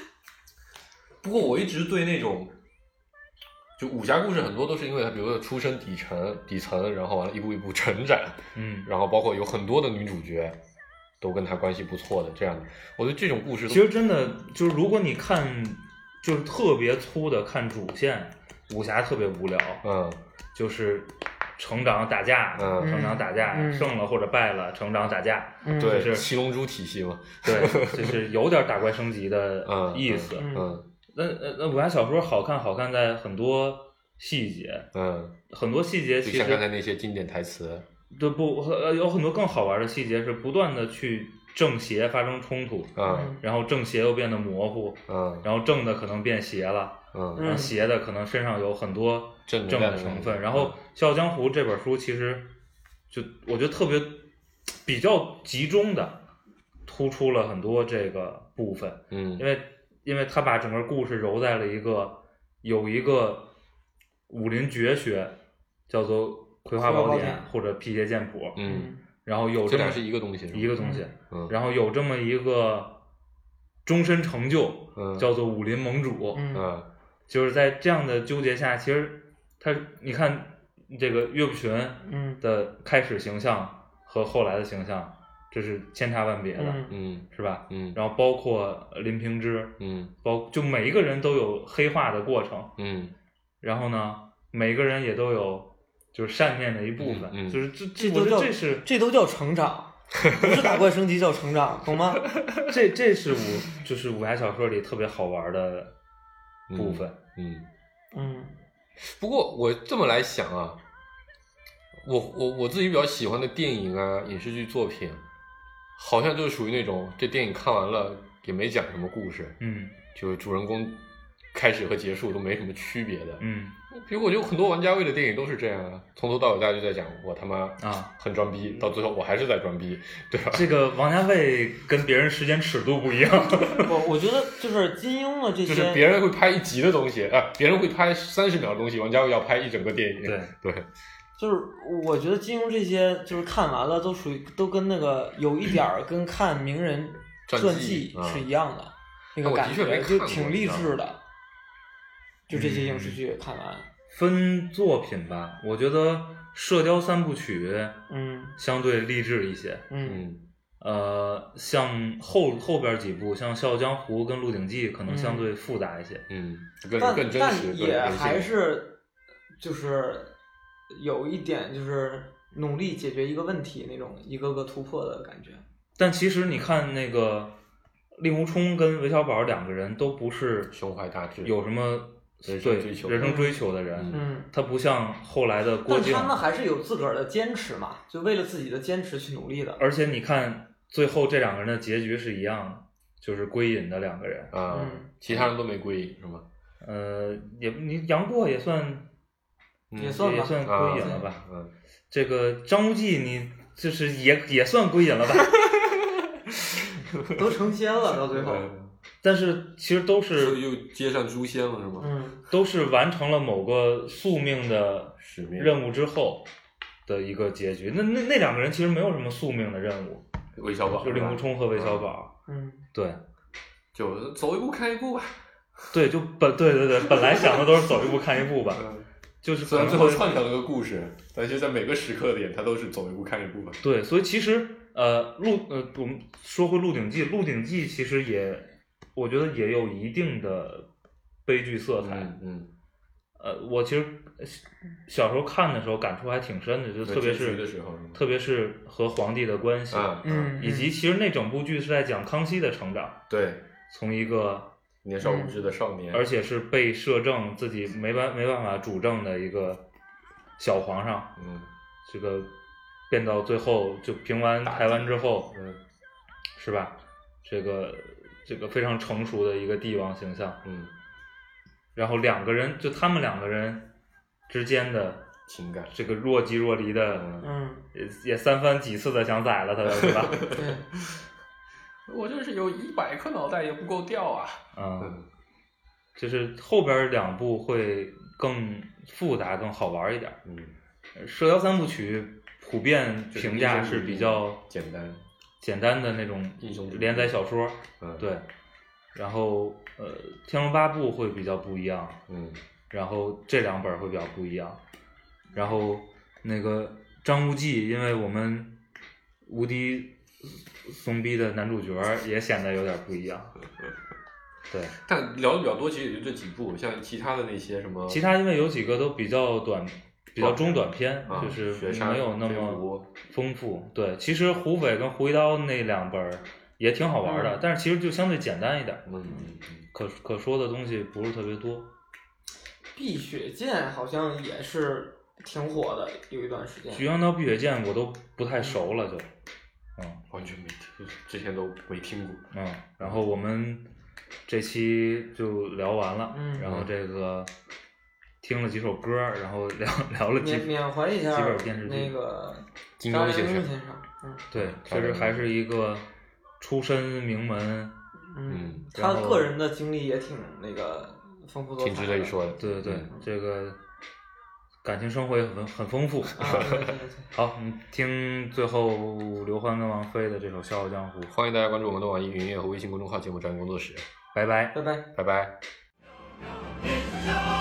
过我一直对那种，就武侠故事很多都是因为他，比如说出身底层底层，然后完了一步一步成长， 嗯， 然后包括有很多的女主角都跟他关系不错的这样的，我觉得这种故事其实真的就是如果你看就是特别粗的看主线，武侠特别无聊， 嗯， 就是成长打架， 嗯成长打架， 嗯胜了或者败了，成长打架， 嗯对， 就是七龙珠体系嘛， 对，就是有点打怪升级的嗯意思。 嗯嗯那那那武侠小说好看，好看在很多细节， 嗯， 很多细节就其实像刚才那些经典台词， 对不呃有很多更好玩的细节是不断的去正邪发生冲突， 嗯然后正邪又变得模糊， 嗯然后正的可能变邪了， 嗯然后邪的可能身上有很多正正能量的的成分。 嗯然后《笑傲江湖》这本书其实就我觉得特别比较集中的突出了很多这个部分， 嗯因为因为他把整个故事揉在了一个有一个武林绝学叫做《葵花宝典葵花宝典》 或者《辟邪剑谱》， 嗯， 然后有这么这俩是一个东西是吧一个东西， 嗯然后有这么一个终身成就， 嗯叫做武林盟主， 嗯嗯就是在这样的纠结下，其实他你看这个岳不群嗯的开始形象和后来的形象，这是千差万别的， 嗯嗯是吧？ 嗯然后包括林平之， 嗯包就每一个人都有黑化的过程， 嗯然后呢，每个人也都有就是善念的一部分， 嗯嗯就是这这我这都叫觉得这是这都叫成长，不是打怪升级叫成长，懂吗？ 这这是武就是武侠小说里特别好玩的部分。 嗯。 嗯不过我这么来想啊，我我我自己比较喜欢的电影啊、影视剧作品，好像就是属于那种这电影看完了也没讲什么故事， 嗯就是主人公开始和结束都没什么区别的。 嗯比如我觉得很多王家卫的电影都是这样啊，从头到尾大家就在讲我他妈啊， 很装逼，到最后我还是在装逼，对吧？ 这个王家卫跟别人时间尺度不一样。 我我觉得就是金庸的这些， 就是别人会拍一集的东西啊，别人会拍三十秒的东西，王家卫要拍一整个电影。 对对， 就是我觉得金庸这些就是看完了都属于都跟那个有一点儿跟看名人传传记记啊是一样的，那个我的感觉确没看过就挺励志的。就这些影视剧看完， 分作品吧，我觉得《射雕三部曲》 嗯相对励志一些。 嗯嗯呃，像后后边几部，像《笑傲江湖》跟《鹿鼎记》，可能相对复杂一些。 嗯，更但更真实， 但更也人性还是就是有一点就是努力解决一个问题那种一个个突破的感觉。 但其实你看那个令狐冲跟韦小宝两个人都不是胸怀大志， 有什么人生对追求人生追求的人， 嗯， 他不像后来的郭靖但他，们还是有自个儿的坚持嘛，就为了自己的坚持去努力的。 而且你看最后这两个人的结局是一样的，就是归隐的两个人。 啊， 嗯其他人都没归隐是吗？ 呃，也你杨过也算嗯也算吧也算归隐了吧？ 啊嗯， 这个张无忌你就是也也算归隐了吧？ 都成仙了，到最后。 嗯但是其实都是又接上诛仙了是吗？ 嗯都是完成了某个宿命的使命任务之后的一个结局。那那那两个人其实没有什么宿命的任务， 韦小宝就是令狐冲和韦小宝。 嗯对就走一步看一步吧。 对，就本对对对，本来想的都是走一步看一步吧， 嗯， 就是虽然可能会最后串成了个故事，但是在每个时刻点，他都是走一步看一步吧。 对，所以其实呃鹿呃我们说回《鹿鼎记》，《鹿鼎记》其实也我觉得也有一定的悲剧色彩。 嗯嗯， 呃，我其实小时候看的时候感触还挺深的，就特别在结局是的时候是吗特别是和皇帝的关系， 啊， 嗯， 以及其实那整部剧是在讲康熙的成长， 对， 从一个年少无知的少年， 而且是被摄政自己没办没办法主政的一个小皇上， 嗯这个变到最后就平完台湾之后， 嗯是吧？这个这个非常成熟的一个帝王形象， 嗯， 然后两个人就他们两个人之间的情感， 这个若即若离的， 嗯， 嗯也也三番几次的想宰了他，是吧？ 对， 我就是有一百颗脑袋也不够掉啊。 嗯， 嗯就是后边两部会更复杂、更好玩一点。 嗯， 《射雕三部曲》普遍就是评价是比较简单， 简单的那种英雄主义连载小说， 嗯， 对。 然后呃，《天龙八部》会比较不一样， 嗯， 然后这两本会比较不一样，然后那个张无忌，因为我们无敌怂逼的男主角也显得有点不一样。对， 但聊的比较多，其实也就这几部，像其他的那些什么， 其他因为有几个都比较短，比较中短篇， 啊、 就是雪山没有那飞么狐丰富。对，其实胡斐跟胡一刀那两本也挺好玩的， 嗯但是其实就相对简单一点， 嗯， 可可说的东西不是特别多。 碧血剑好像也是挺火的，有一段时间。 许阳刀碧血剑我都不太熟了就，嗯完全没听，之前都没听过。 嗯，然后我们这期就聊完了， 嗯然后这个听了几首歌，然后聊聊了几缅缅怀一下几本电视剧。 那个金张庸先生先生，嗯对，确实还是一个出身名门， 嗯， 然后他个人的经历也挺那个丰富多彩的， 挺值得一说的。 对对对， 嗯这个感情生活也很很丰富。 啊，对对对。 好，你听最后刘欢跟王菲的这首《笑傲江湖》， 欢迎大家关注我们的网易云音乐和微信公众号“节目专业工作室”， 拜拜。 拜拜。 拜拜。 要